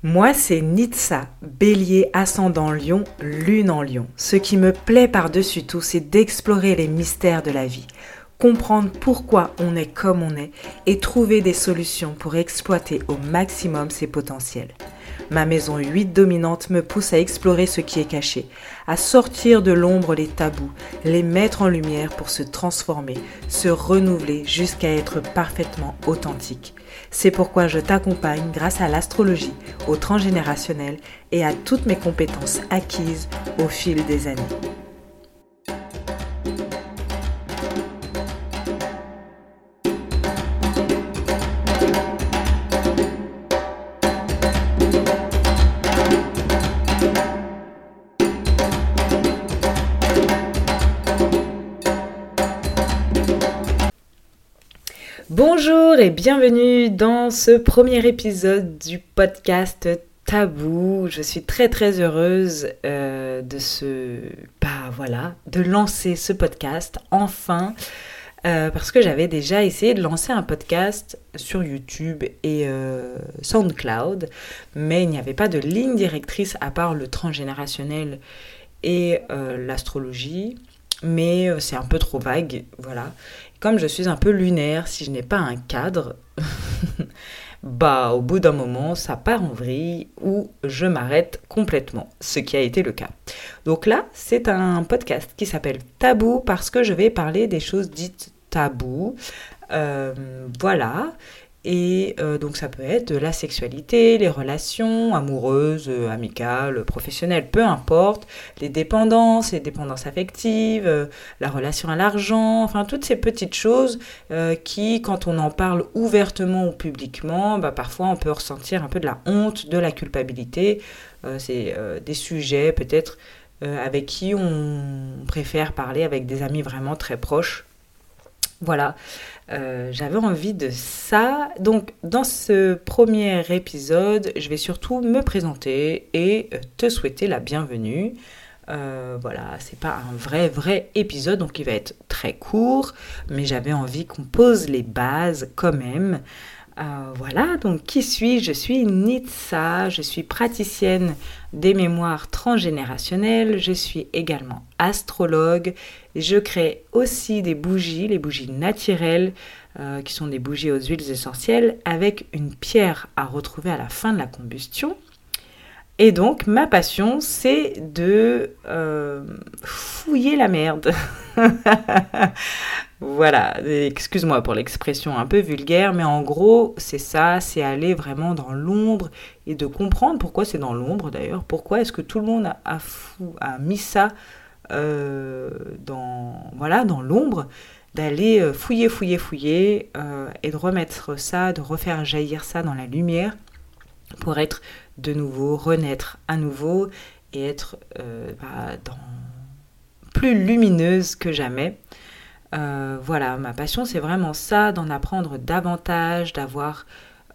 Moi, c'est Nitsa, bélier ascendant lion, lune en lion. Ce qui me plaît par-dessus tout, c'est d'explorer les mystères de la vie, comprendre pourquoi on est comme on est et trouver des solutions pour exploiter au maximum ses potentiels. Ma maison 8 dominante me pousse à explorer ce qui est caché, à sortir de l'ombre les tabous, les mettre en lumière pour se transformer, se renouveler jusqu'à être parfaitement authentique. C'est pourquoi je t'accompagne grâce à l'astrologie, au transgénérationnel et à toutes mes compétences acquises au fil des années. Bonjour et bienvenue dans ce premier épisode du podcast Tabou. Je suis très heureuse de lancer ce podcast enfin parce que j'avais déjà essayé de lancer un podcast sur YouTube et SoundCloud, mais il n'y avait pas de ligne directrice à part le transgénérationnel et l'astrologie. Mais c'est un peu trop vague, voilà. Comme je suis un peu lunaire, si je n'ai pas un cadre, au bout d'un moment, ça part en vrille ou je m'arrête complètement, ce qui a été le cas. Donc là, c'est un podcast qui s'appelle Tabou parce que je vais parler des choses dites tabous, voilà. Et donc ça peut être de la sexualité, les relations amoureuses, amicales, professionnelles, peu importe, les dépendances affectives, la relation à l'argent, enfin toutes ces petites choses qui, quand on en parle ouvertement ou publiquement, parfois on peut ressentir un peu de la honte, de la culpabilité. C'est des sujets peut-être avec qui on préfère parler avec des amis vraiment très proches. Voilà, j'avais envie de ça. Donc, dans ce premier épisode, je vais surtout me présenter et te souhaiter la bienvenue. Voilà, c'est pas un vrai épisode, donc il va être très court, mais j'avais envie qu'on pose les bases quand même. Voilà, donc qui suis-je ? Je suis Nitsa, je suis praticienne des mémoires transgénérationnelles, je suis également astrologue, je crée aussi des bougies, les bougies naturelles, qui sont des bougies aux huiles essentielles, avec une pierre à retrouver à la fin de la combustion. Et donc, ma passion, c'est de fouiller la merde. Voilà, excuse-moi pour l'expression un peu vulgaire, mais en gros, c'est ça, c'est aller vraiment dans l'ombre et de comprendre pourquoi c'est dans l'ombre d'ailleurs, pourquoi est-ce que tout le monde a mis ça dans l'ombre, d'aller fouiller et de remettre ça, de refaire jaillir ça dans la lumière pour être de nouveau, renaître à nouveau et être plus lumineuse que jamais. Voilà, ma passion c'est vraiment ça, d'en apprendre davantage, d'avoir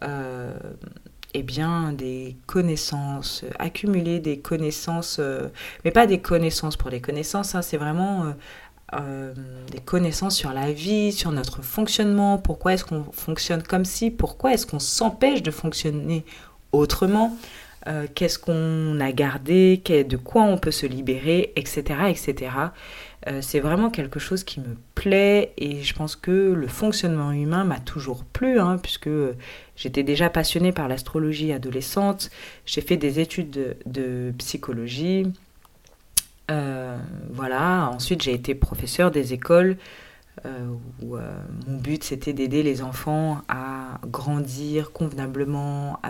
des connaissances, accumuler des connaissances, mais pas des connaissances pour des connaissances, hein, c'est vraiment des connaissances sur la vie, sur notre fonctionnement, pourquoi est-ce qu'on fonctionne comme ci, pourquoi est-ce qu'on s'empêche de fonctionner autrement, qu'est-ce qu'on a gardé, de quoi on peut se libérer, etc. C'est vraiment quelque chose qui me plaît et je pense que le fonctionnement humain m'a toujours plu, puisque j'étais déjà passionnée par l'astrologie adolescente, j'ai fait des études de psychologie, voilà. Ensuite j'ai été professeure des écoles où mon but c'était d'aider les enfants à grandir convenablement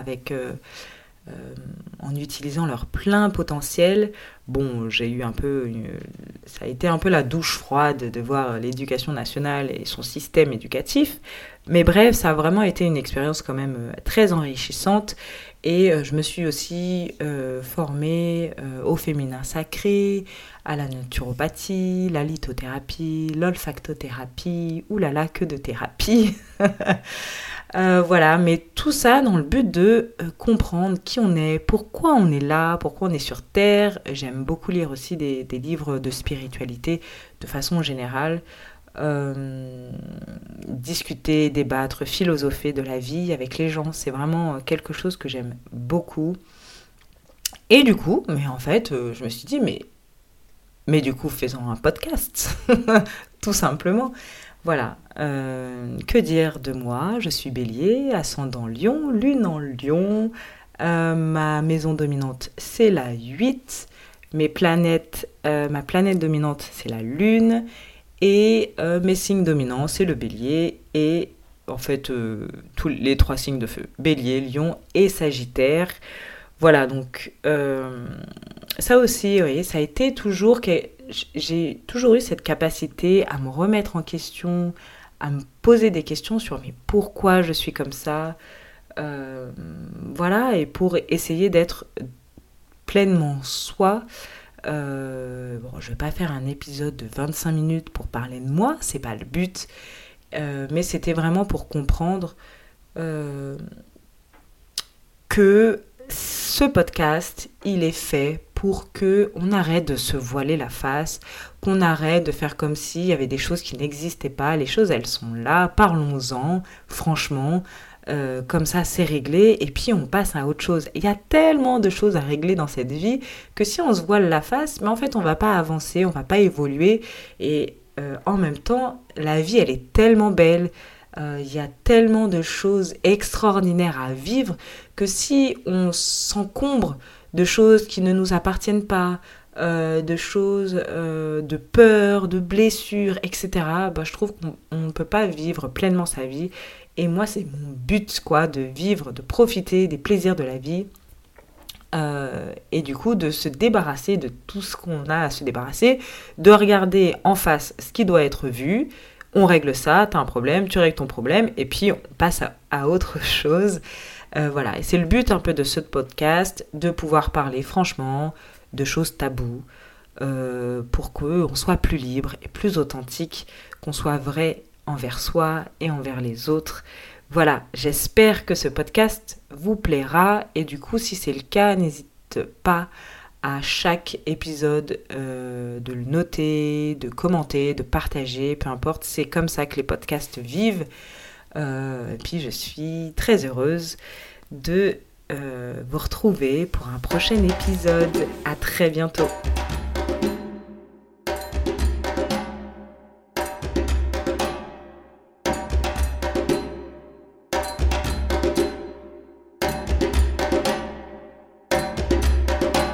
en utilisant leur plein potentiel. Bon, ça a été un peu la douche froide de voir l'éducation nationale et son système éducatif, mais bref, ça a vraiment été une expérience quand même très enrichissante et je me suis aussi formée au féminin sacré, à la naturopathie, la lithothérapie, l'olfactothérapie, oulala, que de thérapie. Voilà, mais tout ça dans le but de comprendre qui on est, pourquoi on est là, pourquoi on est sur Terre. J'aime beaucoup lire aussi des livres de spiritualité de façon générale. discuter, débattre, philosopher de la vie avec les gens. C'est vraiment quelque chose que j'aime beaucoup. Et du coup, mais en fait, je me suis dit, mais du coup, faisons un podcast, tout simplement. Voilà, que dire de moi? Je suis Bélier, ascendant Lion, lune en Lion. Ma maison dominante, c'est la 8. Ma planète dominante, c'est la Lune. Et mes signes dominants, c'est le Bélier. Et en fait, tous les 3 signes de feu. Bélier, Lion et Sagittaire. Voilà, donc ça aussi, vous voyez, ça a été toujours que j'ai toujours eu cette capacité à me remettre en question, à me poser des questions sur mais pourquoi je suis comme ça, voilà, et pour essayer d'être pleinement soi. Bon, je vais pas faire un épisode de 25 minutes pour parler de moi, c'est pas le but, mais c'était vraiment pour comprendre que ce podcast, il est fait pour que on arrête de se voiler la face, qu'on arrête de faire comme s'il y avait des choses qui n'existaient pas. Les choses, elles sont là, parlons-en, franchement. Comme ça, c'est réglé, et puis on passe à autre chose. Il y a tellement de choses à régler dans cette vie que si on se voile la face, mais en fait, on va pas avancer, on va pas évoluer, et en même temps, la vie, elle est tellement belle. Il y a tellement de choses extraordinaires à vivre que si on s'encombre de choses qui ne nous appartiennent pas, de choses, de peur, de blessures, etc., bah, je trouve qu'on ne peut pas vivre pleinement sa vie. Et moi, c'est mon but, quoi, de vivre, de profiter des plaisirs de la vie. Et du coup, de se débarrasser de tout ce qu'on a à se débarrasser, de regarder en face ce qui doit être vu. On règle ça, t'as un problème, tu règles ton problème, et puis on passe à autre chose. Voilà, et c'est le but un peu de ce podcast, de pouvoir parler franchement de choses taboues, pour qu'on soit plus libre et plus authentique, qu'on soit vrai envers soi et envers les autres. Voilà, j'espère que ce podcast vous plaira, et du coup, si c'est le cas, n'hésite pas à chaque épisode de le noter, de commenter, de partager, peu importe, c'est comme ça que les podcasts vivent. Et puis je suis très heureuse de vous retrouver pour un prochain épisode. À très bientôt.